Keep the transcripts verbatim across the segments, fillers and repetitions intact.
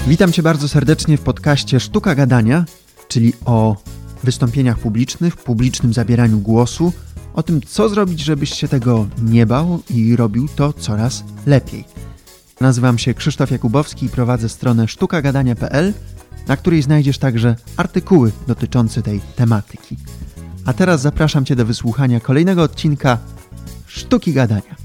Witam Cię bardzo serdecznie w podcaście Sztuka Gadania, czyli o wystąpieniach publicznych, publicznym zabieraniu głosu, o tym, co zrobić, żebyś się tego nie bał i robił to coraz lepiej. Nazywam się Krzysztof Jakubowski i prowadzę stronę sztuka gadania kropka p l, na której znajdziesz także artykuły dotyczące tej tematyki. A teraz zapraszam Cię do wysłuchania kolejnego odcinka Sztuki Gadania.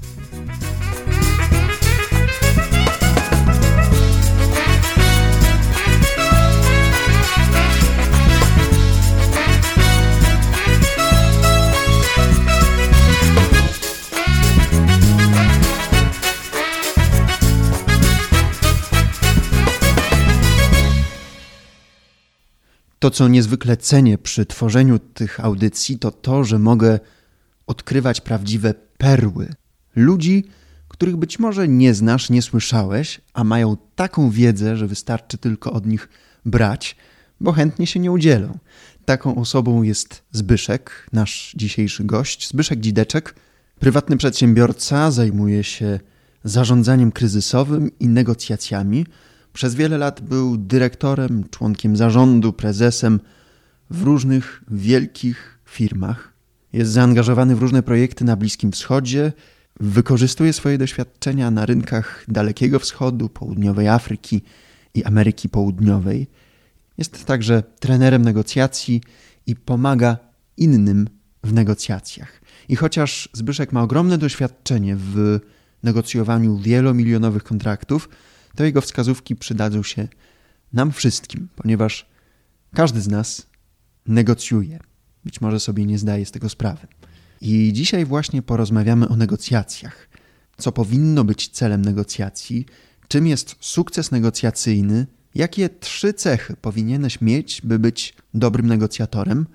To, co niezwykle cenię przy tworzeniu tych audycji, to to, że mogę odkrywać prawdziwe perły. Ludzi, których być może nie znasz, nie słyszałeś, a mają taką wiedzę, że wystarczy tylko od nich brać, bo chętnie się nie udzielą. Taką osobą jest Zbyszek, nasz dzisiejszy gość. Zbyszek Dzideczek, prywatny przedsiębiorca, zajmuje się zarządzaniem kryzysowym i negocjacjami. Przez wiele lat był dyrektorem, członkiem zarządu, prezesem w różnych wielkich firmach. Jest zaangażowany w różne projekty na Bliskim Wschodzie, wykorzystuje swoje doświadczenia na rynkach Dalekiego Wschodu, Południowej Afryki i Ameryki Południowej. Jest także trenerem negocjacji i pomaga innym w negocjacjach. I chociaż Zbyszek ma ogromne doświadczenie w negocjowaniu wielomilionowych kontraktów, to jego wskazówki przydadzą się nam wszystkim, ponieważ każdy z nas negocjuje. Być może sobie nie zdaje z tego sprawy. I dzisiaj właśnie porozmawiamy o negocjacjach. Co powinno być celem negocjacji, czym jest sukces negocjacyjny, jakie trzy cechy powinieneś mieć, by być dobrym negocjatorem,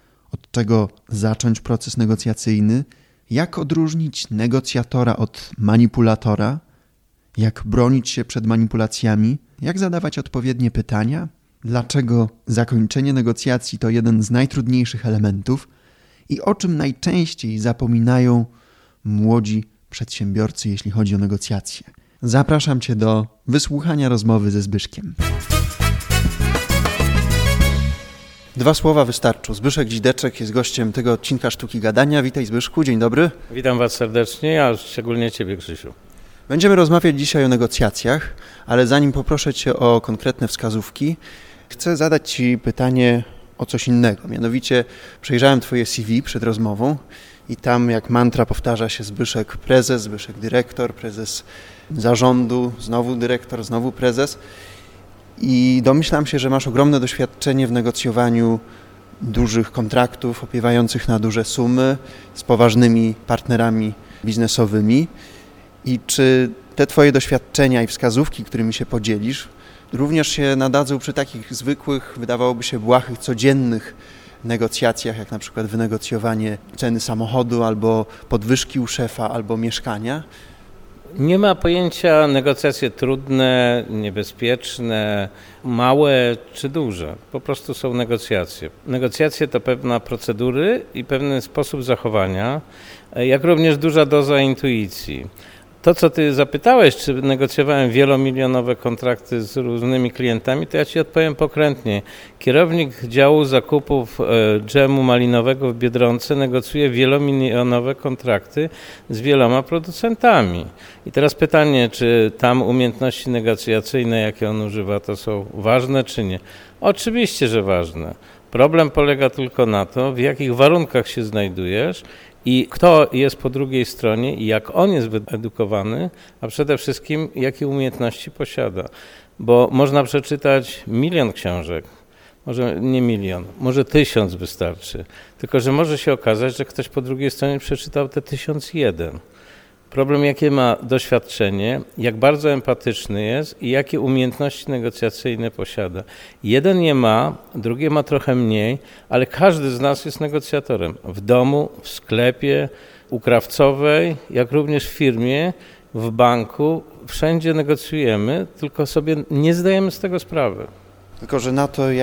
od czego zacząć proces negocjacyjny, jak odróżnić negocjatora od manipulatora, jak bronić się przed manipulacjami, jak zadawać odpowiednie pytania, dlaczego zakończenie negocjacji to jeden z najtrudniejszych elementów i o czym najczęściej zapominają młodzi przedsiębiorcy, jeśli chodzi o negocjacje. Zapraszam Cię do wysłuchania rozmowy ze Zbyszkiem. Dwa słowa wystarczą. Zbyszek Dzideczek jest gościem tego odcinka Sztuki Gadania. Witaj, Zbyszku, dzień dobry. Witam Was serdecznie, a szczególnie Ciebie, Krzysiu. Będziemy rozmawiać dzisiaj o negocjacjach, ale zanim poproszę Cię o konkretne wskazówki, chcę zadać Ci pytanie o coś innego. Mianowicie przejrzałem Twoje C V przed rozmową i tam jak mantra powtarza się Zbyszek prezes, Zbyszek dyrektor, prezes zarządu, znowu dyrektor, znowu prezes. I domyślam się, że masz ogromne doświadczenie w negocjowaniu dużych kontraktów opiewających na duże sumy z poważnymi partnerami biznesowymi. I czy te Twoje doświadczenia i wskazówki, którymi się podzielisz, również się nadadzą przy takich zwykłych, wydawałoby się błahych, codziennych negocjacjach, jak na przykład wynegocjowanie ceny samochodu, albo podwyżki u szefa, albo mieszkania? Nie ma pojęcia negocjacje trudne, niebezpieczne, małe czy duże. Po prostu są negocjacje. Negocjacje to pewna procedury i pewien sposób zachowania, jak również duża doza intuicji. To, co Ty zapytałeś, czy negocjowałem wielomilionowe kontrakty z różnymi klientami, to ja Ci odpowiem pokrętnie. Kierownik działu zakupów dżemu malinowego w Biedronce negocjuje wielomilionowe kontrakty z wieloma producentami. I teraz pytanie, czy tam umiejętności negocjacyjne, jakie on używa, to są ważne czy nie? Oczywiście, że ważne. Problem polega tylko na to, w jakich warunkach się znajdujesz i kto jest po drugiej stronie i jak on jest wyedukowany, a przede wszystkim jakie umiejętności posiada. Bo można przeczytać milion książek, może nie milion, może tysiąc wystarczy. Tylko że może się okazać, że ktoś po drugiej stronie przeczytał te tysiąc jeden. Problem, jakie ma doświadczenie, jak bardzo empatyczny jest i jakie umiejętności negocjacyjne posiada. Jeden je ma, drugie ma trochę mniej, ale każdy z nas jest negocjatorem. W domu, w sklepie, u krawcowej, jak również w firmie, w banku. Wszędzie negocjujemy, tylko sobie nie zdajemy z tego sprawy. Tylko że na to, jak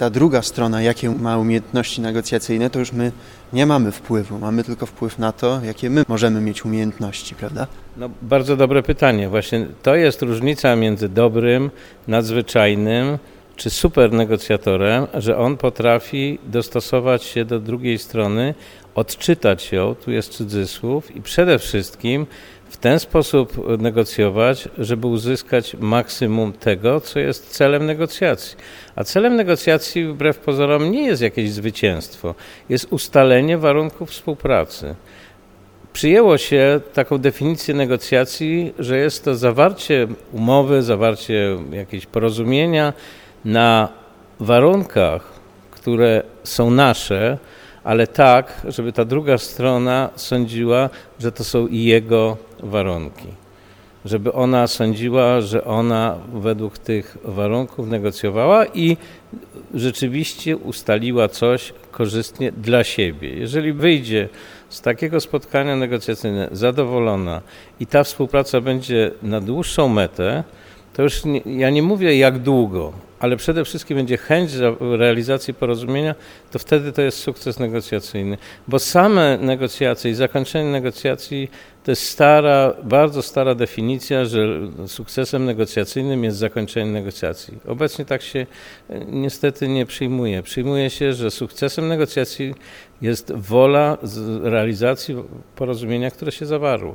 ta druga strona, jakie ma umiejętności negocjacyjne, to już my nie mamy wpływu. Mamy tylko wpływ na to, jakie my możemy mieć umiejętności, prawda? No, bardzo dobre pytanie. Właśnie to jest różnica między dobrym, nadzwyczajnym czy super negocjatorem, że on potrafi dostosować się do drugiej strony, odczytać ją, tu jest cudzysłów, i przede wszystkim w ten sposób negocjować, żeby uzyskać maksimum tego, co jest celem negocjacji. A celem negocjacji, wbrew pozorom, nie jest jakieś zwycięstwo, jest ustalenie warunków współpracy. Przyjęło się taką definicję negocjacji, że jest to zawarcie umowy, zawarcie jakiegoś porozumienia na warunkach, które są nasze, ale tak, żeby ta druga strona sądziła, że to są i jego warunki. Żeby ona sądziła, że ona według tych warunków negocjowała i rzeczywiście ustaliła coś korzystnie dla siebie. Jeżeli wyjdzie z takiego spotkania negocjacyjnego zadowolona i ta współpraca będzie na dłuższą metę, to już nie, ja nie mówię jak długo, ale przede wszystkim będzie chęć realizacji porozumienia, to wtedy to jest sukces negocjacyjny. Bo same negocjacje i zakończenie negocjacji to jest stara, bardzo stara definicja, że sukcesem negocjacyjnym jest zakończenie negocjacji. Obecnie tak się niestety nie przyjmuje. Przyjmuje się, że sukcesem negocjacji jest wola z realizacji porozumienia, które się zawarło.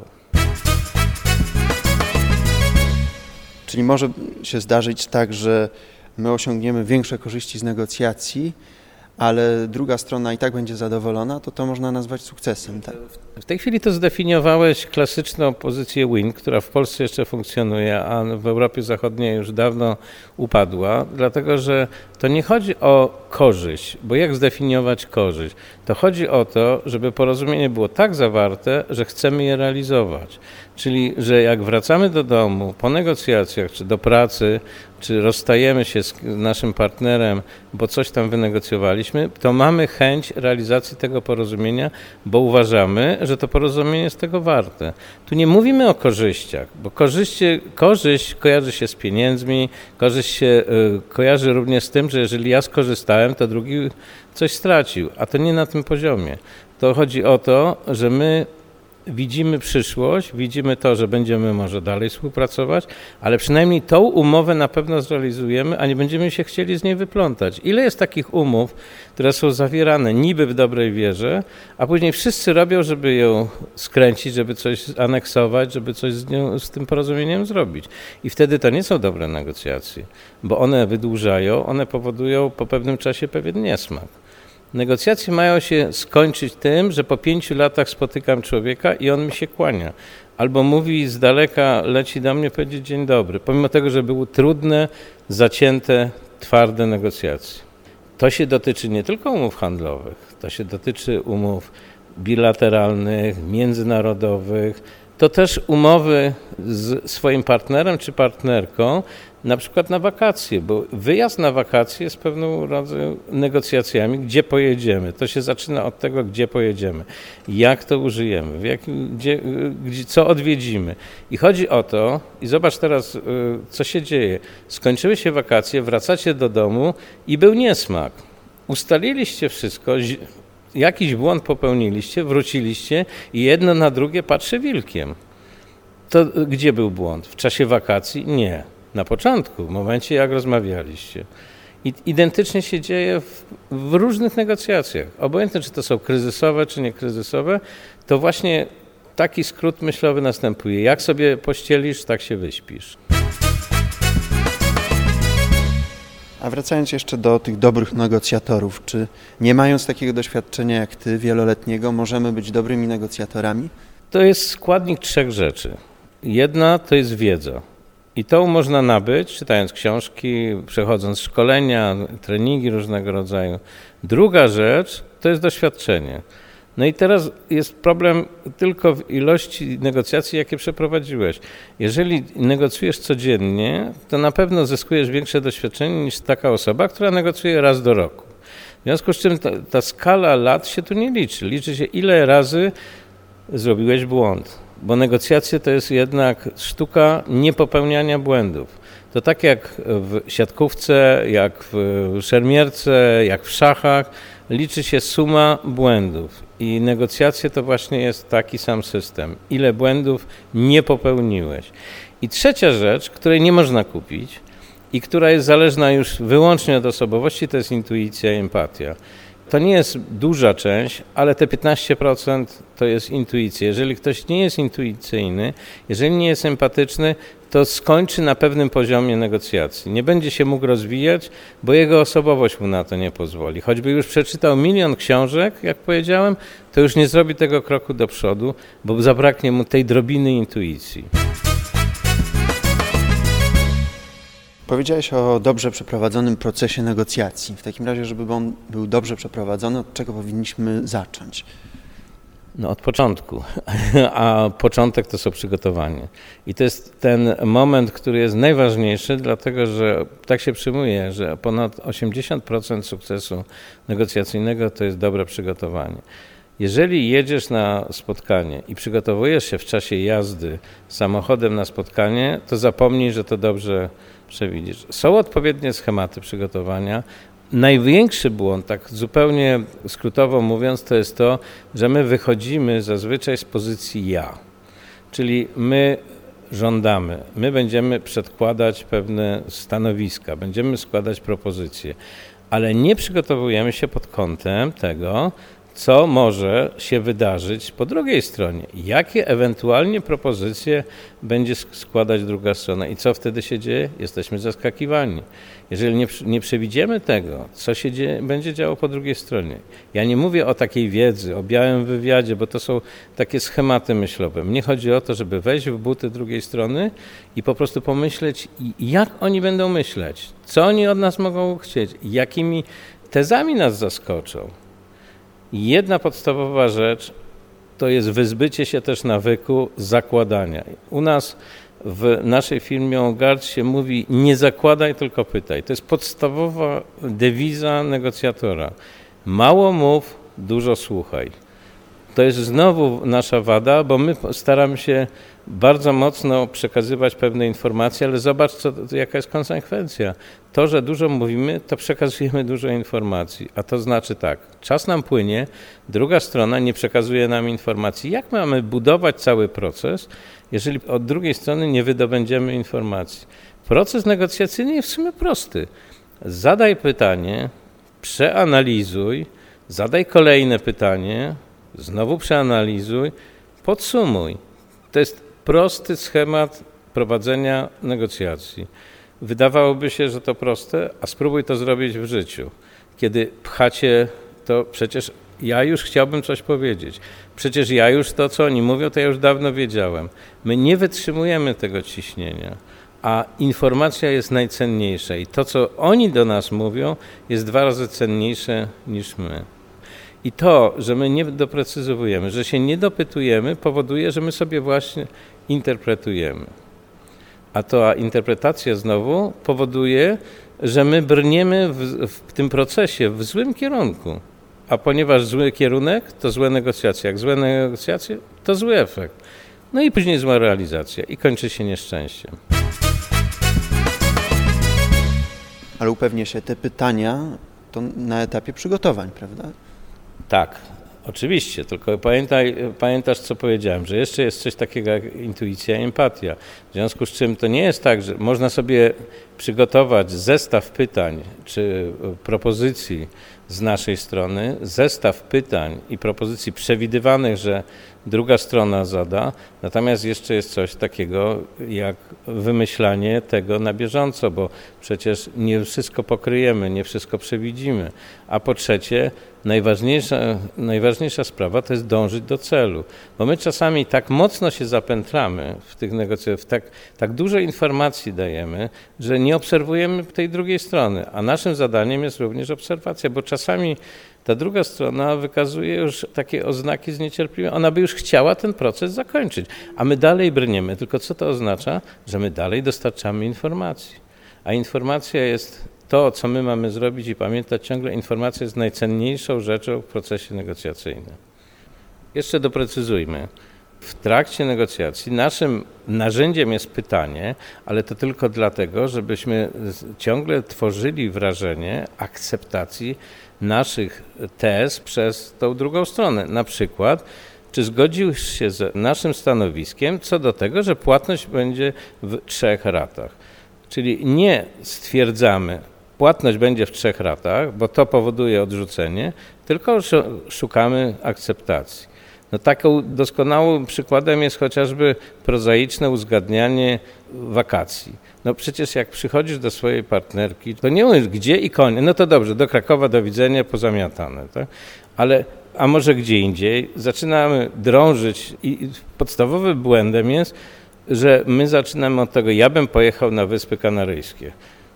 Czyli może się zdarzyć tak, że my osiągniemy większe korzyści z negocjacji, ale druga strona i tak będzie zadowolona, to to można nazwać sukcesem. Tak? W tej chwili to zdefiniowałeś klasyczną pozycję win, która w Polsce jeszcze funkcjonuje, a w Europie Zachodniej już dawno upadła, dlatego że to nie chodzi o korzyść, bo jak zdefiniować korzyść? To chodzi o to, żeby porozumienie było tak zawarte, że chcemy je realizować. Czyli, że jak wracamy do domu po negocjacjach, czy do pracy, czy rozstajemy się z naszym partnerem, bo coś tam wynegocjowaliśmy, to mamy chęć realizacji tego porozumienia, bo uważamy, że to porozumienie jest tego warte. Tu nie mówimy o korzyściach, bo korzyści, korzyść kojarzy się z pieniędzmi, korzyść się y, kojarzy również z tym, że jeżeli ja skorzystałem, to drugi coś stracił, a to nie na tym poziomie. To chodzi o to, że my widzimy przyszłość, widzimy to, że będziemy może dalej współpracować, ale przynajmniej tą umowę na pewno zrealizujemy, a nie będziemy się chcieli z niej wyplątać. Ile jest takich umów, które są zawierane niby w dobrej wierze, a później wszyscy robią, żeby ją skręcić, żeby coś aneksować, żeby coś z, nią, z tym porozumieniem zrobić. I wtedy to nie są dobre negocjacje, bo one wydłużają, one powodują po pewnym czasie pewien niesmak. Negocjacje mają się skończyć tym, że po pięciu latach spotykam człowieka i on mi się kłania. Albo mówi z daleka, leci do mnie powiedzieć dzień dobry, pomimo tego, że były trudne, zacięte, twarde negocjacje. To się dotyczy nie tylko umów handlowych, to się dotyczy umów bilateralnych, międzynarodowych, to też umowy z swoim partnerem czy partnerką, na przykład na wakacje, bo wyjazd na wakacje jest pewną rodzaju negocjacjami, gdzie pojedziemy. To się zaczyna od tego, gdzie pojedziemy, jak to użyjemy, w jakim, gdzie, gdzie, co odwiedzimy. I chodzi o to, i zobacz teraz, co się dzieje. Skończyły się wakacje, wracacie do domu i był niesmak. Ustaliliście wszystko, jakiś błąd popełniliście, wróciliście i jedno na drugie patrzy wilkiem. To gdzie był błąd? W czasie wakacji? Nie. Na początku, w momencie jak rozmawialiście. I identycznie się dzieje w, w różnych negocjacjach. Obojętnie, czy to są kryzysowe, czy niekryzysowe, to właśnie taki skrót myślowy następuje. Jak sobie pościelisz, tak się wyśpisz. A wracając jeszcze do tych dobrych negocjatorów, czy nie mając takiego doświadczenia jak ty, wieloletniego, możemy być dobrymi negocjatorami? To jest składnik trzech rzeczy. Jedna to jest wiedza. I tą można nabyć, czytając książki, przechodząc szkolenia, treningi różnego rodzaju. Druga rzecz to jest doświadczenie. No i teraz jest problem tylko w ilości negocjacji, jakie przeprowadziłeś. Jeżeli negocjujesz codziennie, to na pewno zyskujesz większe doświadczenie niż taka osoba, która negocjuje raz do roku. W związku z czym ta, ta skala lat się tu nie liczy. Liczy się, ile razy zrobiłeś błąd. Bo negocjacje to jest jednak sztuka niepopełniania błędów. To tak jak w siatkówce, jak w szermierce, jak w szachach, liczy się suma błędów i negocjacje to właśnie jest taki sam system. Ile błędów nie popełniłeś. I trzecia rzecz, której nie można kupić i która jest zależna już wyłącznie od osobowości, to jest intuicja i empatia. To nie jest duża część, ale te piętnaście procent to jest intuicja. Jeżeli ktoś nie jest intuicyjny, jeżeli nie jest empatyczny, to skończy na pewnym poziomie negocjacji. Nie będzie się mógł rozwijać, bo jego osobowość mu na to nie pozwoli. Choćby już przeczytał milion książek, jak powiedziałem, to już nie zrobi tego kroku do przodu, bo zabraknie mu tej drobiny intuicji. Powiedziałeś o dobrze przeprowadzonym procesie negocjacji. W takim razie, żeby on był dobrze przeprowadzony, od czego powinniśmy zacząć? No od początku, a początek to są przygotowanie. I to jest ten moment, który jest najważniejszy, dlatego że tak się przyjmuje, że ponad osiemdziesiąt procent sukcesu negocjacyjnego to jest dobre przygotowanie. Jeżeli jedziesz na spotkanie i przygotowujesz się w czasie jazdy samochodem na spotkanie, to zapomnij, że to dobrze przewidzisz. Są odpowiednie schematy przygotowania. Największy błąd, tak zupełnie skrótowo mówiąc, to jest to, że my wychodzimy zazwyczaj z pozycji ja. Czyli my żądamy, my będziemy przedkładać pewne stanowiska, będziemy składać propozycje, ale nie przygotowujemy się pod kątem tego, co może się wydarzyć po drugiej stronie. Jakie ewentualnie propozycje będzie składać druga strona i co wtedy się dzieje? Jesteśmy zaskakiwani. Jeżeli nie, nie przewidzimy tego, co się dzieje, będzie działo po drugiej stronie. Ja nie mówię o takiej wiedzy, o białym wywiadzie, bo to są takie schematy myślowe. Mnie chodzi o to, żeby wejść w buty drugiej strony i po prostu pomyśleć, jak oni będą myśleć, co oni od nas mogą chcieć, jakimi tezami nas zaskoczą. Jedna podstawowa rzecz to jest wyzbycie się też nawyku zakładania. U nas w naszej firmie OnGuard się mówi nie zakładaj, tylko pytaj. To jest podstawowa dewiza negocjatora. Mało mów, dużo słuchaj. To jest znowu nasza wada, bo my staramy się bardzo mocno przekazywać pewne informacje, ale zobacz, co, jaka jest konsekwencja. To, że dużo mówimy, to przekazujemy dużo informacji, a to znaczy tak, czas nam płynie, druga strona nie przekazuje nam informacji. Jak mamy budować cały proces, jeżeli od drugiej strony nie wydobędziemy informacji? Proces negocjacyjny jest w sumie prosty. Zadaj pytanie, przeanalizuj, zadaj kolejne pytanie, znowu przeanalizuj, podsumuj. To jest prosty schemat prowadzenia negocjacji. Wydawałoby się, że to proste, a spróbuj to zrobić w życiu. Kiedy pchacie, to przecież ja już chciałbym coś powiedzieć. Przecież ja już to, co oni mówią, to ja już dawno wiedziałem. My nie wytrzymujemy tego ciśnienia, a informacja jest najcenniejsza i to, co oni do nas mówią, jest dwa razy cenniejsze niż my. I to, że my nie doprecyzowujemy, że się nie dopytujemy, powoduje, że my sobie właśnie interpretujemy. A ta interpretacja znowu powoduje, że my brniemy w, w tym procesie w złym kierunku. A ponieważ zły kierunek, to złe negocjacje. Jak złe negocjacje, to zły efekt. No i później zła realizacja i kończy się nieszczęściem. Ale upewnię się, te pytania to na etapie przygotowań, prawda? Tak, oczywiście, tylko pamiętaj, pamiętasz, co powiedziałem, że jeszcze jest coś takiego jak intuicja i empatia. W związku z czym to nie jest tak, że można sobie przygotować zestaw pytań czy propozycji z naszej strony, zestaw pytań i propozycji przewidywanych, że druga strona zada, natomiast jeszcze jest coś takiego jak wymyślanie tego na bieżąco, bo przecież nie wszystko pokryjemy, nie wszystko przewidzimy. A po trzecie, najważniejsza, najważniejsza sprawa to jest dążyć do celu, bo my czasami tak mocno się zapętlamy w tych negocjacjach, tak, tak dużo informacji dajemy, że nie obserwujemy tej drugiej strony, a naszym zadaniem jest również obserwacja, bo czasami ta druga strona wykazuje już takie oznaki zniecierpliwienia. Ona by już chciała ten proces zakończyć, a my dalej brniemy. Tylko co to oznacza? Że my dalej dostarczamy informacji. A informacja jest to, co my mamy zrobić i pamiętać ciągle, informacja jest najcenniejszą rzeczą w procesie negocjacyjnym. Jeszcze doprecyzujmy. W trakcie negocjacji naszym narzędziem jest pytanie, ale to tylko dlatego, żebyśmy ciągle tworzyli wrażenie akceptacji naszych tez przez tą drugą stronę. Na przykład, czy zgodzisz się z naszym stanowiskiem co do tego, że płatność będzie w trzech ratach? Czyli nie stwierdzamy, płatność będzie w trzech ratach, bo to powoduje odrzucenie, tylko szukamy akceptacji. No taką doskonałym przykładem jest chociażby prozaiczne uzgadnianie wakacji. No przecież jak przychodzisz do swojej partnerki, to nie mówisz gdzie i koniec. No to dobrze, do Krakowa, do widzenia, pozamiatane, tak? Ale a może gdzie indziej? Zaczynamy drążyć i podstawowym błędem jest, że my zaczynamy od tego, ja bym pojechał na Wyspy Kanaryjskie.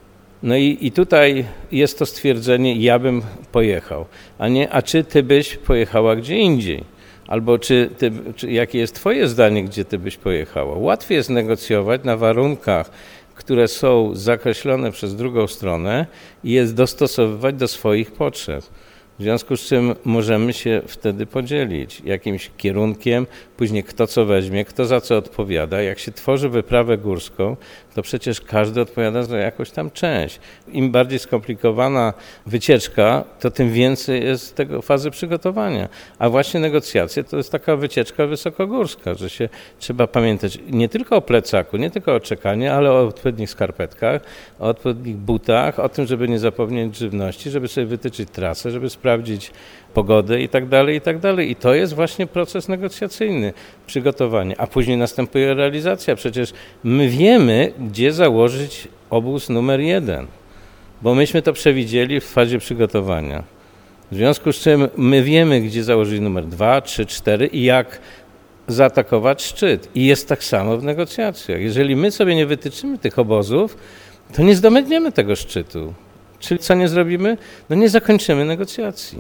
No i, i tutaj jest to stwierdzenie, ja bym pojechał, a nie, a czy ty byś pojechała gdzie indziej? Albo czy, ty, czy jakie jest twoje zdanie, gdzie ty byś pojechała? Łatwiej jest negocjować na warunkach, które są zakreślone przez drugą stronę i je dostosowywać do swoich potrzeb. W związku z czym możemy się wtedy podzielić jakimś kierunkiem, później kto co weźmie, kto za co odpowiada. Jak się tworzy wyprawę górską, to przecież każdy odpowiada za jakąś tam część. Im bardziej skomplikowana wycieczka, to tym więcej jest tego fazy przygotowania. A właśnie negocjacje to jest taka wycieczka wysokogórska, że się trzeba pamiętać nie tylko o plecaku, nie tylko o czekaniu, ale o odpowiednich skarpetkach, o odpowiednich butach, o tym, żeby nie zapomnieć żywności, żeby sobie wytyczyć trasę, żeby sprawdzić pogodę i tak dalej, i tak dalej. I to jest właśnie proces negocjacyjny, przygotowanie, a później następuje realizacja. Przecież my wiemy, gdzie założyć obóz numer jeden, bo myśmy to przewidzieli w fazie przygotowania. W związku z czym my wiemy, gdzie założyć numer dwa, trzy, cztery i jak zaatakować szczyt. I jest tak samo w negocjacjach. Jeżeli my sobie nie wytyczymy tych obozów, to nie zdobędziemy tego szczytu. Czyli co nie zrobimy? No nie zakończymy negocjacji.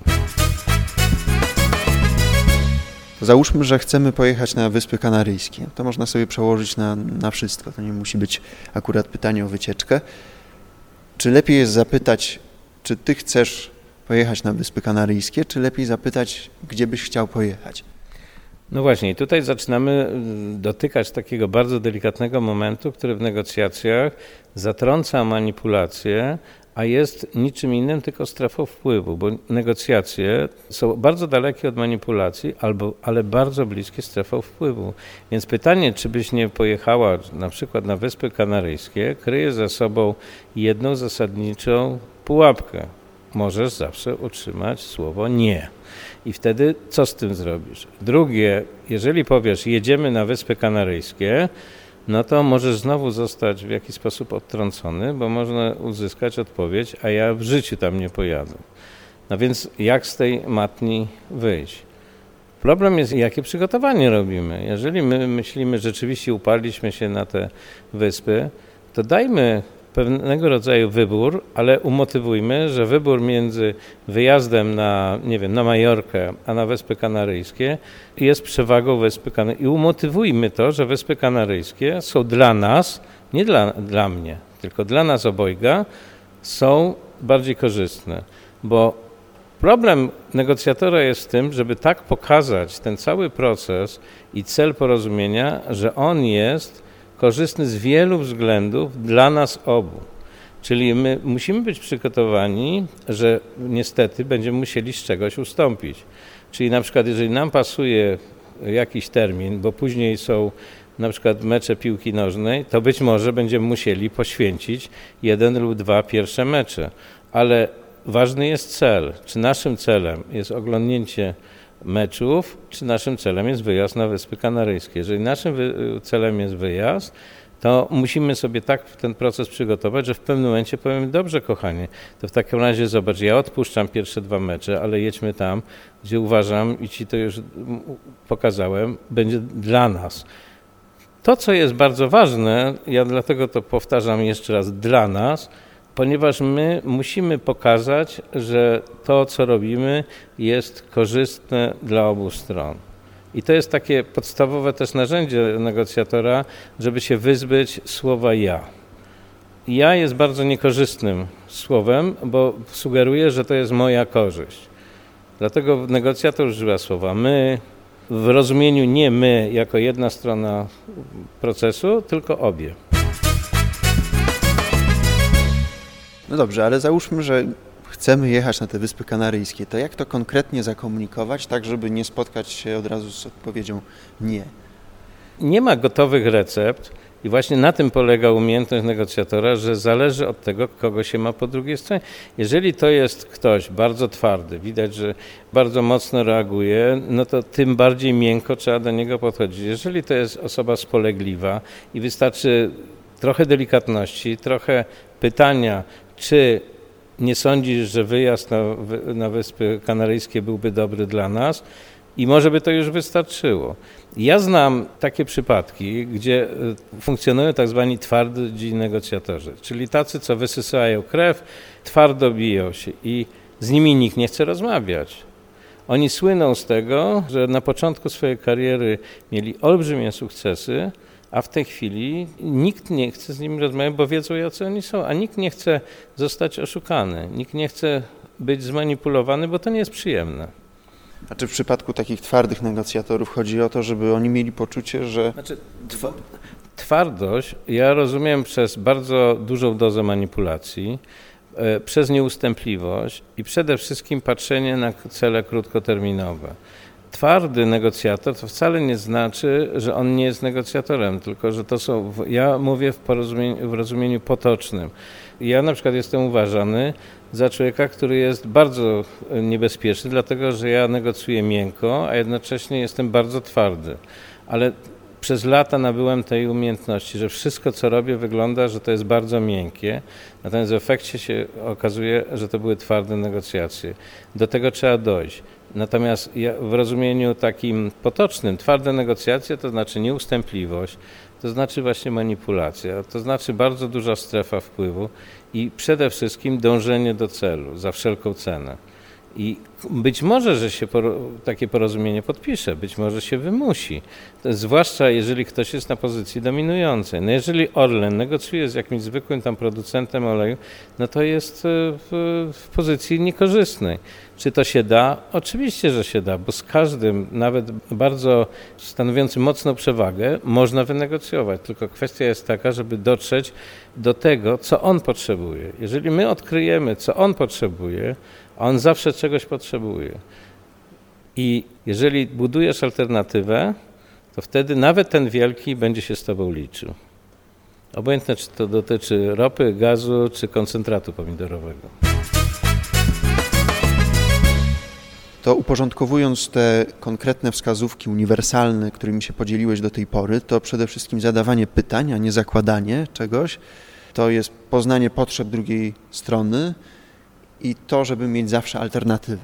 Załóżmy, że chcemy pojechać na Wyspy Kanaryjskie. To można sobie przełożyć na, na wszystko. To nie musi być akurat pytanie o wycieczkę. Czy lepiej jest zapytać, czy ty chcesz pojechać na Wyspy Kanaryjskie, czy lepiej zapytać, gdzie byś chciał pojechać? No właśnie, tutaj zaczynamy dotykać takiego bardzo delikatnego momentu, który w negocjacjach zatrąca manipulację, a jest niczym innym, tylko strefą wpływu, bo negocjacje są bardzo dalekie od manipulacji, albo, ale bardzo bliskie strefą wpływu. Więc pytanie, czy byś nie pojechała na przykład na Wyspy Kanaryjskie, kryje za sobą jedną zasadniczą pułapkę. Możesz zawsze utrzymać słowo nie. I wtedy co z tym zrobisz? Drugie, jeżeli powiesz, jedziemy na Wyspy Kanaryjskie, no to możesz znowu zostać w jakiś sposób odtrącony, bo można uzyskać odpowiedź, a ja w życiu tam nie pojadę. No więc jak z tej matni wyjść? Problem jest, jakie przygotowanie robimy. Jeżeli my myślimy, że rzeczywiście uparliśmy się na te wyspy, to dajmy pewnego rodzaju wybór, ale umotywujmy, że wybór między wyjazdem na, nie wiem, na Majorkę, a na Wyspy Kanaryjskie jest przewagą Wyspy Kanaryjskie. I umotywujmy to, że Wyspy Kanaryjskie są dla nas, nie dla, dla mnie, tylko dla nas obojga, są bardziej korzystne. Bo problem negocjatora jest w tym, żeby tak pokazać ten cały proces i cel porozumienia, że on jest korzystny z wielu względów dla nas obu. Czyli my musimy być przygotowani, że niestety będziemy musieli z czegoś ustąpić. Czyli na przykład jeżeli nam pasuje jakiś termin, bo później są na przykład mecze piłki nożnej, to być może będziemy musieli poświęcić jeden lub dwa pierwsze mecze. Ale ważny jest cel. Czy naszym celem jest oglądnięcie meczów, czy naszym celem jest wyjazd na Wyspy Kanaryjskie. Jeżeli naszym celem jest wyjazd, to musimy sobie tak ten proces przygotować, że w pewnym momencie powiemy, dobrze kochanie, to w takim razie zobacz, ja odpuszczam pierwsze dwa mecze, ale jedźmy tam, gdzie uważam i ci to już pokazałem, będzie dla nas. To, co jest bardzo ważne, ja dlatego to powtarzam jeszcze raz, dla nas, ponieważ my musimy pokazać, że to, co robimy, jest korzystne dla obu stron. I to jest takie podstawowe też narzędzie negocjatora, żeby się wyzbyć słowa ja. Ja jest bardzo niekorzystnym słowem, bo sugeruje, że to jest moja korzyść. Dlatego negocjator używa słowa my, w rozumieniu nie my jako jedna strona procesu, tylko obie. No dobrze, ale załóżmy, że chcemy jechać na te Wyspy Kanaryjskie, to jak to konkretnie zakomunikować, tak żeby nie spotkać się od razu z odpowiedzią nie? Nie ma gotowych recept i właśnie na tym polega umiejętność negocjatora, że zależy od tego, kogo się ma po drugiej stronie. Jeżeli to jest ktoś bardzo twardy, widać, że bardzo mocno reaguje, no to tym bardziej miękko trzeba do niego podchodzić. Jeżeli to jest osoba spolegliwa i wystarczy trochę delikatności, trochę pytania, czy nie sądzisz, że wyjazd na, na Wyspy Kanaryjskie byłby dobry dla nas? I może by to już wystarczyło. Ja znam takie przypadki, gdzie funkcjonują tak zwani twardzi negocjatorzy, czyli tacy, co wysysają krew, twardo biją się i z nimi nikt nie chce rozmawiać. Oni słyną z tego, że na początku swojej kariery mieli olbrzymie sukcesy, a w tej chwili nikt nie chce z nimi rozmawiać, bo wiedzą, jacy oni są, a nikt nie chce zostać oszukany, nikt nie chce być zmanipulowany, bo to nie jest przyjemne. A czy w przypadku takich twardych negocjatorów chodzi o to, żeby oni mieli poczucie, że... Znaczy, tw- twardość ja rozumiem przez bardzo dużą dozę manipulacji, e, przez nieustępliwość i przede wszystkim patrzenie na cele krótkoterminowe. Twardy negocjator to wcale nie znaczy, że on nie jest negocjatorem, tylko że to są, ja mówię w, porozumieniu, w rozumieniu potocznym. Ja na przykład jestem uważany za człowieka, który jest bardzo niebezpieczny, dlatego że ja negocjuję miękko, a jednocześnie jestem bardzo twardy. Ale przez lata nabyłem tej umiejętności, że wszystko, co robię, wygląda, że to jest bardzo miękkie, natomiast w efekcie się okazuje, że to były twarde negocjacje. Do tego trzeba dojść. Natomiast ja w rozumieniu takim potocznym, twarde negocjacje to znaczy nieustępliwość, to znaczy właśnie manipulacja, to znaczy bardzo duża strefa wpływu i przede wszystkim dążenie do celu za wszelką cenę. I być może, że się poro- takie porozumienie podpisze, być może się wymusi, to zwłaszcza jeżeli ktoś jest na pozycji dominującej. No jeżeli Orlen negocjuje z jakimś zwykłym tam producentem oleju, no to jest w, w pozycji niekorzystnej. Czy to się da? Oczywiście, że się da, bo z każdym, nawet bardzo stanowiącym mocną przewagę, można wynegocjować. Tylko kwestia jest taka, żeby dotrzeć do tego, co on potrzebuje. Jeżeli my odkryjemy, co on potrzebuje, a on zawsze czegoś potrzebuje. I jeżeli budujesz alternatywę, to wtedy nawet ten wielki będzie się z tobą liczył. Obojętne, czy to dotyczy ropy, gazu, czy koncentratu pomidorowego. To uporządkowując te konkretne wskazówki uniwersalne, którymi się podzieliłeś do tej pory, to przede wszystkim zadawanie pytań, a nie zakładanie czegoś. To jest poznanie potrzeb drugiej strony i to, żeby mieć zawsze alternatywę.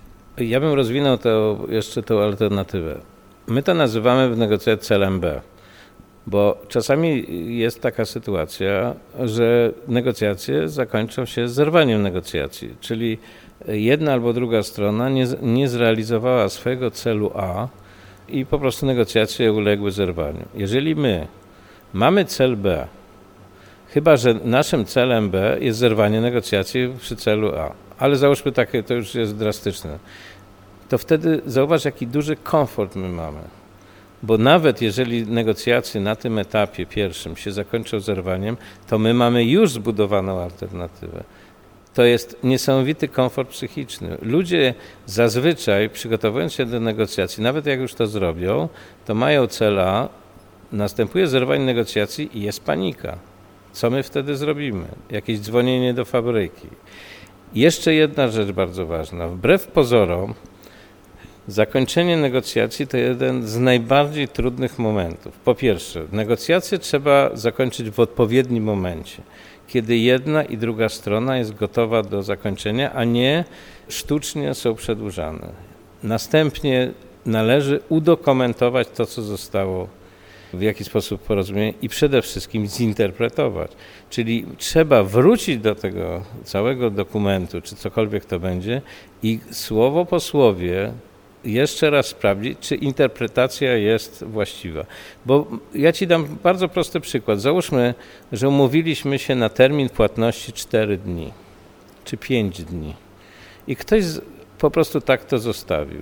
Ja bym rozwinął to, jeszcze tę alternatywę. My to nazywamy w negocjacji celem B, bo czasami jest taka sytuacja, że negocjacje zakończą się zerwaniem negocjacji, czyli jedna albo druga strona nie, nie zrealizowała swojego celu A i po prostu negocjacje uległy zerwaniu. Jeżeli my mamy cel B, chyba że naszym celem B jest zerwanie negocjacji przy celu A, ale załóżmy takie, to już jest drastyczne, to wtedy zauważ, jaki duży komfort my mamy. Bo nawet jeżeli negocjacje na tym etapie pierwszym się zakończą zerwaniem, to my mamy już zbudowaną alternatywę. To jest niesamowity komfort psychiczny. Ludzie zazwyczaj, przygotowując się do negocjacji, nawet jak już to zrobią, to mają cel A, następuje zerwanie negocjacji i jest panika. Co my wtedy zrobimy? Jakieś dzwonienie do fabryki. Jeszcze jedna rzecz bardzo ważna. Wbrew pozorom, zakończenie negocjacji to jeden z najbardziej trudnych momentów. Po pierwsze, negocjacje trzeba zakończyć w odpowiednim momencie, kiedy jedna i druga strona jest gotowa do zakończenia, a nie sztucznie są przedłużane. Następnie należy udokumentować to, co zostało w jaki sposób porozumienie i przede wszystkim zinterpretować. Czyli trzeba wrócić do tego całego dokumentu, czy cokolwiek to będzie i słowo po słowie jeszcze raz sprawdzić, czy interpretacja jest właściwa. Bo ja ci dam bardzo prosty przykład. Załóżmy, że umówiliśmy się na termin płatności cztery dni, czy pięć dni i ktoś po prostu tak to zostawił.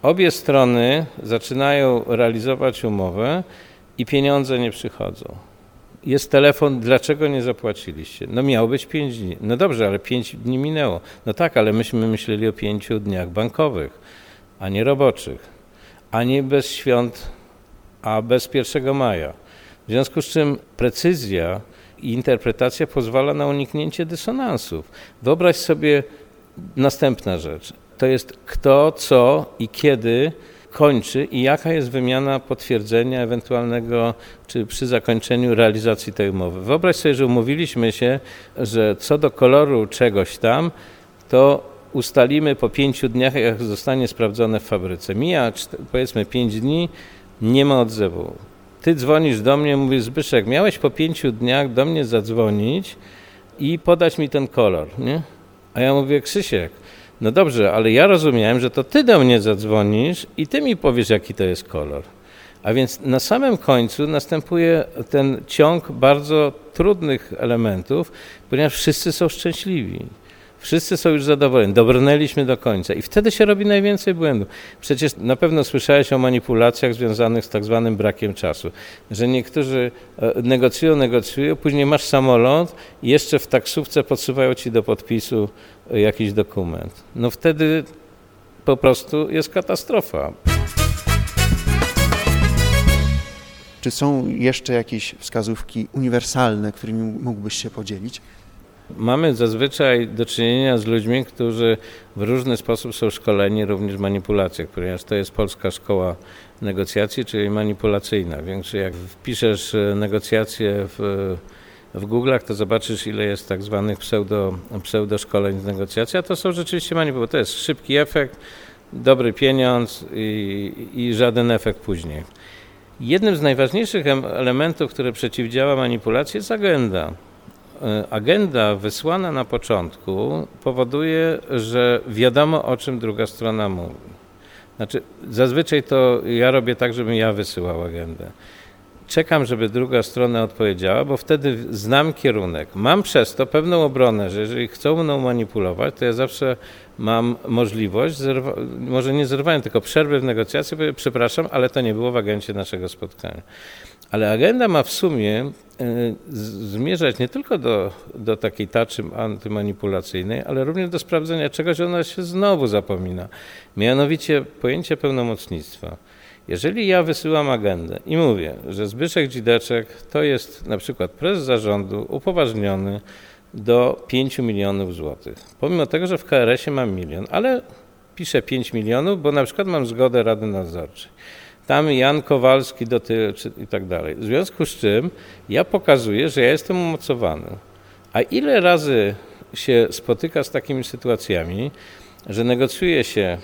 Obie strony zaczynają realizować umowę i pieniądze nie przychodzą. Jest telefon, dlaczego nie zapłaciliście? No miało być pięć dni. No dobrze, ale pięć dni minęło. No tak, ale myśmy myśleli o pięciu dniach bankowych, a nie roboczych, a nie bez świąt, a bez pierwszego maja. W związku z czym precyzja i interpretacja pozwala na uniknięcie dysonansów. Wyobraź sobie następna rzecz. To jest kto, co i kiedy kończy i jaka jest wymiana potwierdzenia ewentualnego, czy przy zakończeniu realizacji tej umowy. Wyobraź sobie, że umówiliśmy się, że co do koloru czegoś tam, to ustalimy po pięciu dniach, jak zostanie sprawdzone w fabryce. Mija powiedzmy pięć dni, nie ma odzewu. Ty dzwonisz do mnie, mówisz: Zbyszek, miałeś po pięciu dniach do mnie zadzwonić i podać mi ten kolor, nie? A ja mówię: Krzysiek, no dobrze, ale ja rozumiałem, że to ty do mnie zadzwonisz i ty mi powiesz, jaki to jest kolor. A więc na samym końcu następuje ten ciąg bardzo trudnych elementów, ponieważ wszyscy są szczęśliwi. Wszyscy są już zadowoleni, dobrnęliśmy do końca i wtedy się robi najwięcej błędów. Przecież na pewno słyszałeś o manipulacjach związanych z tak zwanym brakiem czasu, że niektórzy negocjują, negocjują, później masz samolot i jeszcze w taksówce podsuwają ci do podpisu jakiś dokument. No wtedy po prostu jest katastrofa. Czy są jeszcze jakieś wskazówki uniwersalne, którymi mógłbyś się podzielić? Mamy zazwyczaj do czynienia z ludźmi, którzy w różny sposób są szkoleni również w manipulacjach, ponieważ to jest polska szkoła negocjacji, czyli manipulacyjna. Więc jak wpiszesz negocjacje w, w Google'ach, to zobaczysz, ile jest tak zwanych pseudo, pseudoszkoleń z negocjacji, a to są rzeczywiście manipulacje. To jest szybki efekt, dobry pieniądz i, i żaden efekt później. Jednym z najważniejszych elementów, które przeciwdziała manipulacji, jest agenda. Agenda wysłana na początku powoduje, że wiadomo, o czym druga strona mówi. Znaczy, zazwyczaj to ja robię tak, żebym ja wysyłał agendę. Czekam, żeby druga strona odpowiedziała, bo wtedy znam kierunek. Mam przez to pewną obronę, że jeżeli chcą mną manipulować, to ja zawsze mam możliwość, zerwa, może nie zerwania, tylko przerwy w negocjacji, bo przepraszam, ale to nie było w agendzie naszego spotkania. Ale agenda ma w sumie y, zmierzać nie tylko do, do takiej tarczy antymanipulacyjnej, ale również do sprawdzenia czegoś, ona się znowu zapomina. Mianowicie pojęcie pełnomocnictwa. Jeżeli ja wysyłam agendę i mówię, że Zbyszek Dzideczek to jest na przykład prezes zarządu upoważniony do pięciu milionów złotych, pomimo tego, że w K R S ie mam milion, ale piszę pięć milionów, bo na przykład mam zgodę Rady Nadzorczej. Tam Jan Kowalski dotyczy i tak dalej. W związku z czym ja pokazuję, że ja jestem umocowany. A ile razy się spotyka z takimi sytuacjami, że negocjuje się,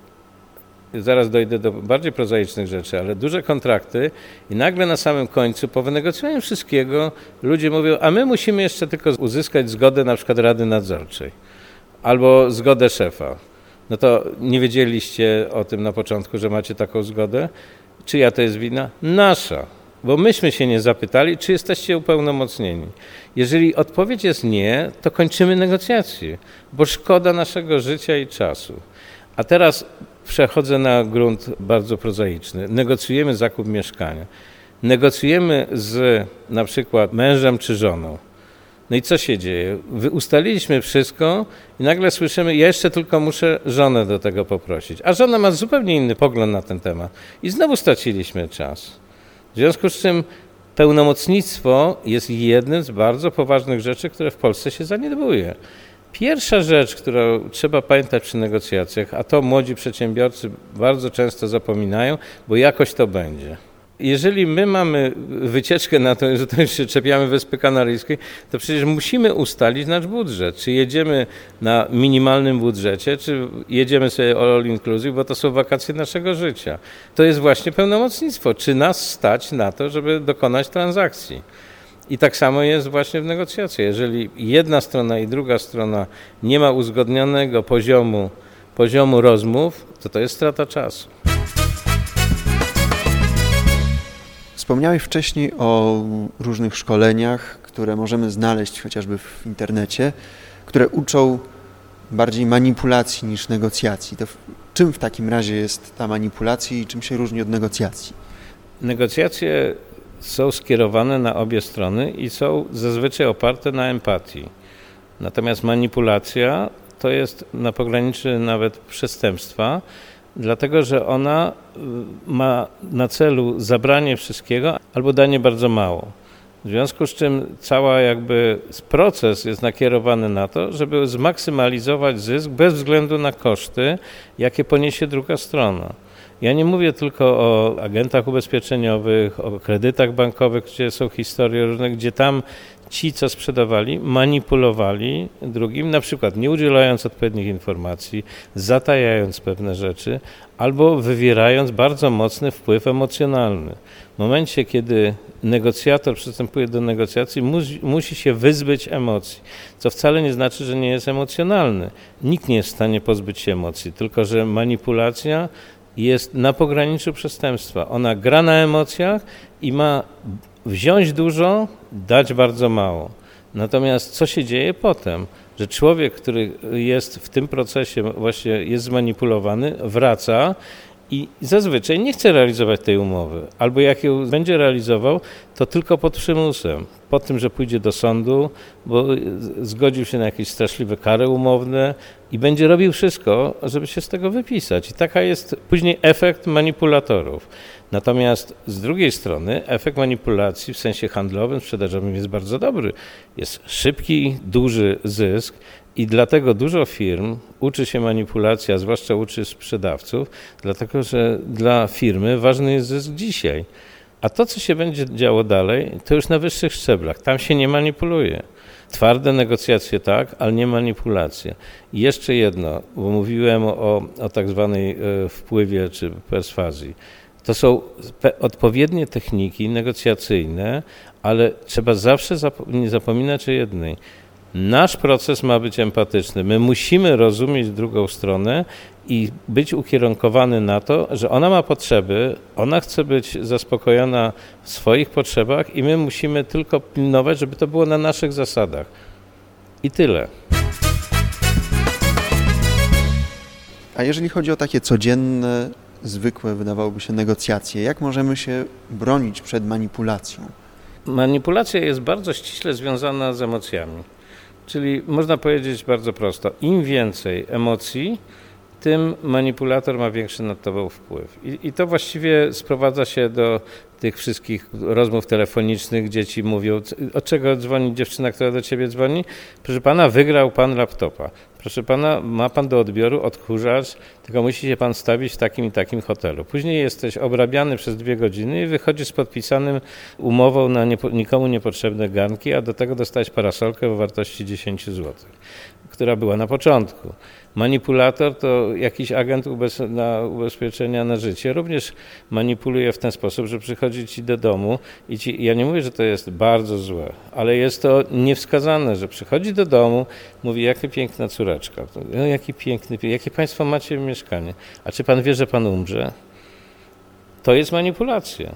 zaraz dojdę do bardziej prozaicznych rzeczy, ale duże kontrakty i nagle na samym końcu, po wynegocjowaniu wszystkiego, ludzie mówią: a my musimy jeszcze tylko uzyskać zgodę na przykład Rady Nadzorczej albo zgodę szefa. No to nie wiedzieliście o tym na początku, że macie taką zgodę? Czyja to jest wina? Nasza. Bo myśmy się nie zapytali, czy jesteście upełnomocnieni. Jeżeli odpowiedź jest nie, to kończymy negocjacje, bo szkoda naszego życia i czasu. A teraz przechodzę na grunt bardzo prozaiczny. Negocjujemy zakup mieszkania. Negocjujemy z na przykład mężem czy żoną. No i co się dzieje? Ustaliliśmy wszystko i nagle słyszymy: ja jeszcze tylko muszę żonę do tego poprosić. A żona ma zupełnie inny pogląd na ten temat. I znowu straciliśmy czas. W związku z czym pełnomocnictwo jest jednym z bardzo poważnych rzeczy, które w Polsce się zaniedbuje. Pierwsza rzecz, którą trzeba pamiętać przy negocjacjach, a to młodzi przedsiębiorcy bardzo często zapominają, bo jakoś to będzie. Jeżeli my mamy wycieczkę na to, że to już się czepiamy Wyspy Kanaryjskiej, to przecież musimy ustalić nasz budżet. Czy jedziemy na minimalnym budżecie, czy jedziemy sobie all inclusive, bo to są wakacje naszego życia. To jest właśnie pełnomocnictwo. Czy nas stać na to, żeby dokonać transakcji? I tak samo jest właśnie w negocjacjach. Jeżeli jedna strona i druga strona nie ma uzgodnionego poziomu, poziomu rozmów, to to jest strata czasu. Wspomniałeś wcześniej o różnych szkoleniach, które możemy znaleźć chociażby w internecie, które uczą bardziej manipulacji niż negocjacji. To Czym w takim razie jest ta manipulacja i czym się różni od negocjacji? Negocjacje są skierowane na obie strony i są zazwyczaj oparte na empatii. Natomiast manipulacja to jest na pograniczu nawet przestępstwa, dlatego że ona ma na celu zabranie wszystkiego albo danie bardzo mało. W związku z czym cały jakby proces jest nakierowany na to, żeby zmaksymalizować zysk bez względu na koszty, jakie poniesie druga strona. Ja nie mówię tylko o agentach ubezpieczeniowych, o kredytach bankowych, gdzie są historie różne, gdzie tam ci, co sprzedawali, manipulowali drugim, na przykład nie udzielając odpowiednich informacji, zatajając pewne rzeczy albo wywierając bardzo mocny wpływ emocjonalny. W momencie, kiedy negocjator przystępuje do negocjacji, musi, musi się wyzbyć emocji, co wcale nie znaczy, że nie jest emocjonalny. Nikt nie jest w stanie pozbyć się emocji, tylko że manipulacja jest na pograniczu przestępstwa. Ona gra na emocjach i ma wziąć dużo, dać bardzo mało. Natomiast co się dzieje potem? Że człowiek, który jest w tym procesie, właśnie jest zmanipulowany, wraca i zazwyczaj nie chce realizować tej umowy. Albo jak ją będzie realizował, to tylko pod przymusem. Po tym, że pójdzie do sądu, bo zgodził się na jakieś straszliwe kary umowne i będzie robił wszystko, żeby się z tego wypisać. I taka jest później efekt manipulatorów. Natomiast z drugiej strony efekt manipulacji w sensie handlowym, sprzedażowym jest bardzo dobry. Jest szybki, duży zysk i dlatego dużo firm uczy się manipulacji, a zwłaszcza uczy sprzedawców, dlatego że dla firmy ważny jest zysk dzisiaj. A to, co się będzie działo dalej, to już na wyższych szczeblach. Tam się nie manipuluje. Twarde negocjacje tak, ale nie manipulacje. I jeszcze jedno, bo mówiłem o, o tak zwanej wpływie czy perswazji. To są odpowiednie techniki negocjacyjne, ale trzeba zawsze zap- nie zapominać o jednej. Nasz proces ma być empatyczny. My musimy rozumieć drugą stronę i być ukierunkowany na to, że ona ma potrzeby, ona chce być zaspokojona w swoich potrzebach i my musimy tylko pilnować, żeby to było na naszych zasadach. I tyle. A jeżeli chodzi o takie codzienne, zwykłe, wydawałoby się, negocjacje, jak możemy się bronić przed manipulacją? Manipulacja jest bardzo ściśle związana z emocjami. Czyli można powiedzieć bardzo prosto, im więcej emocji, tym manipulator ma większy nad tobą wpływ. I, i to właściwie sprowadza się do tych wszystkich rozmów telefonicznych, gdzie ci mówią, od czego dzwoni dziewczyna, która do ciebie dzwoni? Proszę pana, wygrał pan laptopa. Proszę pana, ma pan do odbioru odkurzacz, tylko musi się pan stawić w takim i takim hotelu. Później jesteś obrabiany przez dwie godziny i wychodzisz z podpisanym umową na niepo, nikomu niepotrzebne garnki, a do tego dostałeś parasolkę o wartości dziesięć złotych, która była na początku. Manipulator to jakiś agent ubez, na ubezpieczenia na życie. Również manipuluje w ten sposób, że przychodzi ci do domu i ci, ja nie mówię, że to jest bardzo złe, ale jest to niewskazane, że przychodzi do domu, mówi, jakie piękna córeczka, no, jaki piękny, jakie państwo macie mieszkanie, a czy pan wie, że pan umrze? To jest manipulacja.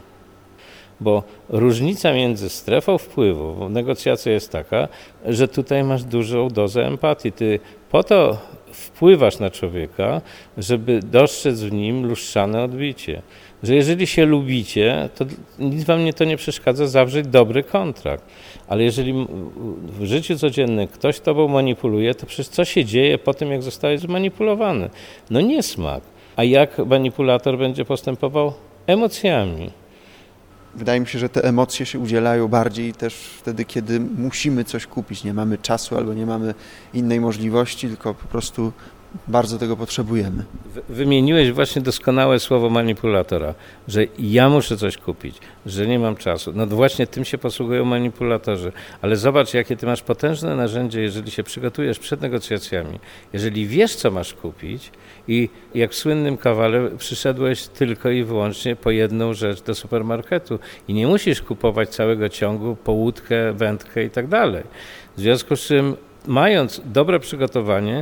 Bo różnica między strefą wpływu, bo negocjacja jest taka, że tutaj masz dużą dozę empatii. Ty po to wpływasz na człowieka, żeby dostrzec w nim lustrzane odbicie. Że jeżeli się lubicie, to nic wam nie, to nie przeszkadza zawrzeć dobry kontrakt. Ale jeżeli w życiu codziennym ktoś tobą manipuluje, to przecież co się dzieje po tym, jak zostałeś zmanipulowany? No niesmak. A jak manipulator będzie postępował? Emocjami. Wydaje mi się, że te emocje się udzielają bardziej też wtedy, kiedy musimy coś kupić. Nie mamy czasu albo nie mamy innej możliwości, tylko po prostu bardzo tego potrzebujemy. Wymieniłeś właśnie doskonałe słowo manipulatora, że ja muszę coś kupić, że nie mam czasu. No właśnie tym się posługują manipulatorzy. Ale zobacz, jakie ty masz potężne narzędzie, jeżeli się przygotujesz przed negocjacjami. Jeżeli wiesz, co masz kupić i jak w słynnym Kawale przyszedłeś tylko i wyłącznie po jedną rzecz do supermarketu i nie musisz kupować całego ciągu po łódkę, wędkę i tak dalej. W związku z czym, mając dobre przygotowanie,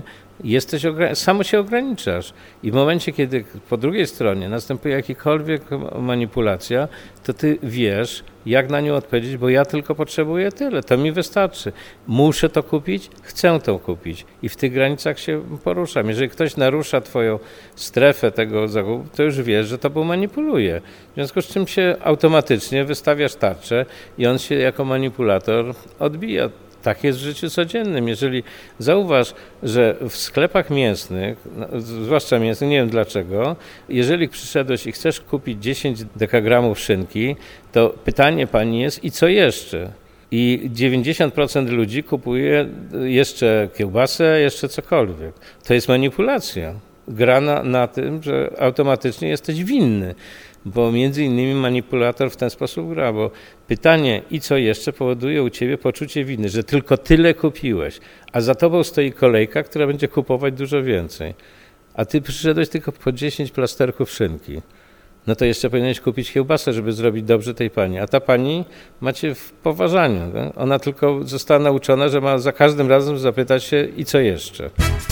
jesteś ogra- samo się ograniczasz. I w momencie, kiedy po drugiej stronie następuje jakakolwiek manipulacja, to ty wiesz, jak na nią odpowiedzieć, bo ja tylko potrzebuję tyle, to mi wystarczy. Muszę to kupić, chcę to kupić i w tych granicach się poruszam. Jeżeli ktoś narusza twoją strefę tego zakupu, to już wiesz, że to był manipuluje. W związku z czym się automatycznie wystawiasz tarczę i on się jako manipulator odbija. Tak jest w życiu codziennym. Jeżeli zauważ, że w sklepach mięsnych, zwłaszcza mięsnych, nie wiem dlaczego, jeżeli przyszedłeś i chcesz kupić dziesięć dekagramów szynki, to pytanie pani jest i co jeszcze? I dziewięćdziesiąt procent ludzi kupuje jeszcze kiełbasę, jeszcze cokolwiek. To jest manipulacja. Gra na, na tym, że automatycznie jesteś winny. Bo między innymi manipulator w ten sposób gra, bo pytanie i co jeszcze powoduje u ciebie poczucie winy, że tylko tyle kupiłeś, a za tobą stoi kolejka, która będzie kupować dużo więcej. A ty przyszedłeś tylko po dziesięć plasterków szynki. No to jeszcze powinieneś kupić kiełbasę, żeby zrobić dobrze tej pani. A ta pani macie w poważaniu. Tak? Ona tylko została nauczona, że ma za każdym razem zapytać się i co jeszcze.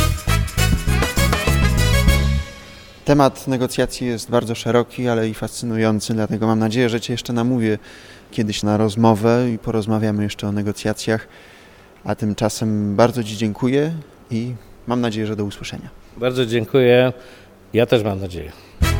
Temat negocjacji jest bardzo szeroki, ale i fascynujący, dlatego mam nadzieję, że Cię jeszcze namówię kiedyś na rozmowę i porozmawiamy jeszcze o negocjacjach. A tymczasem bardzo Ci dziękuję i mam nadzieję, że do usłyszenia. Bardzo dziękuję. Ja też mam nadzieję.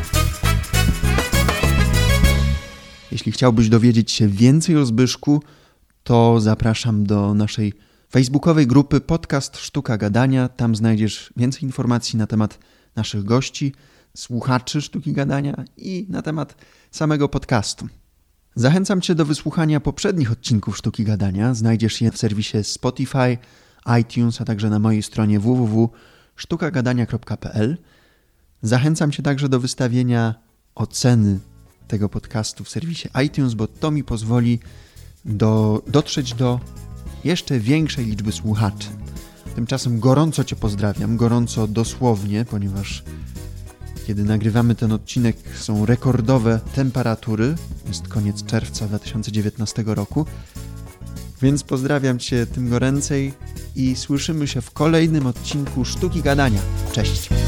Jeśli chciałbyś dowiedzieć się więcej o Zbyszku, to zapraszam do naszej facebookowej grupy Podcast Sztuka Gadania. Tam znajdziesz więcej informacji na temat naszych gości, słuchaczy Sztuki Gadania i na temat samego podcastu. Zachęcam Cię do wysłuchania poprzednich odcinków Sztuki Gadania. Znajdziesz je w serwisie Spotify, iTunes, a także na mojej stronie w w w kropka sztuka gadania kropka p l. Zachęcam Cię także do wystawienia oceny tego podcastu w serwisie iTunes, bo to mi pozwoli do, dotrzeć do jeszcze większej liczby słuchaczy. Tymczasem gorąco Cię pozdrawiam, gorąco dosłownie, ponieważ kiedy nagrywamy ten odcinek są rekordowe temperatury, jest koniec czerwca dwa tysiące dziewiętnastego roku, więc pozdrawiam Cię tym goręcej i słyszymy się w kolejnym odcinku Sztuki Gadania. Cześć!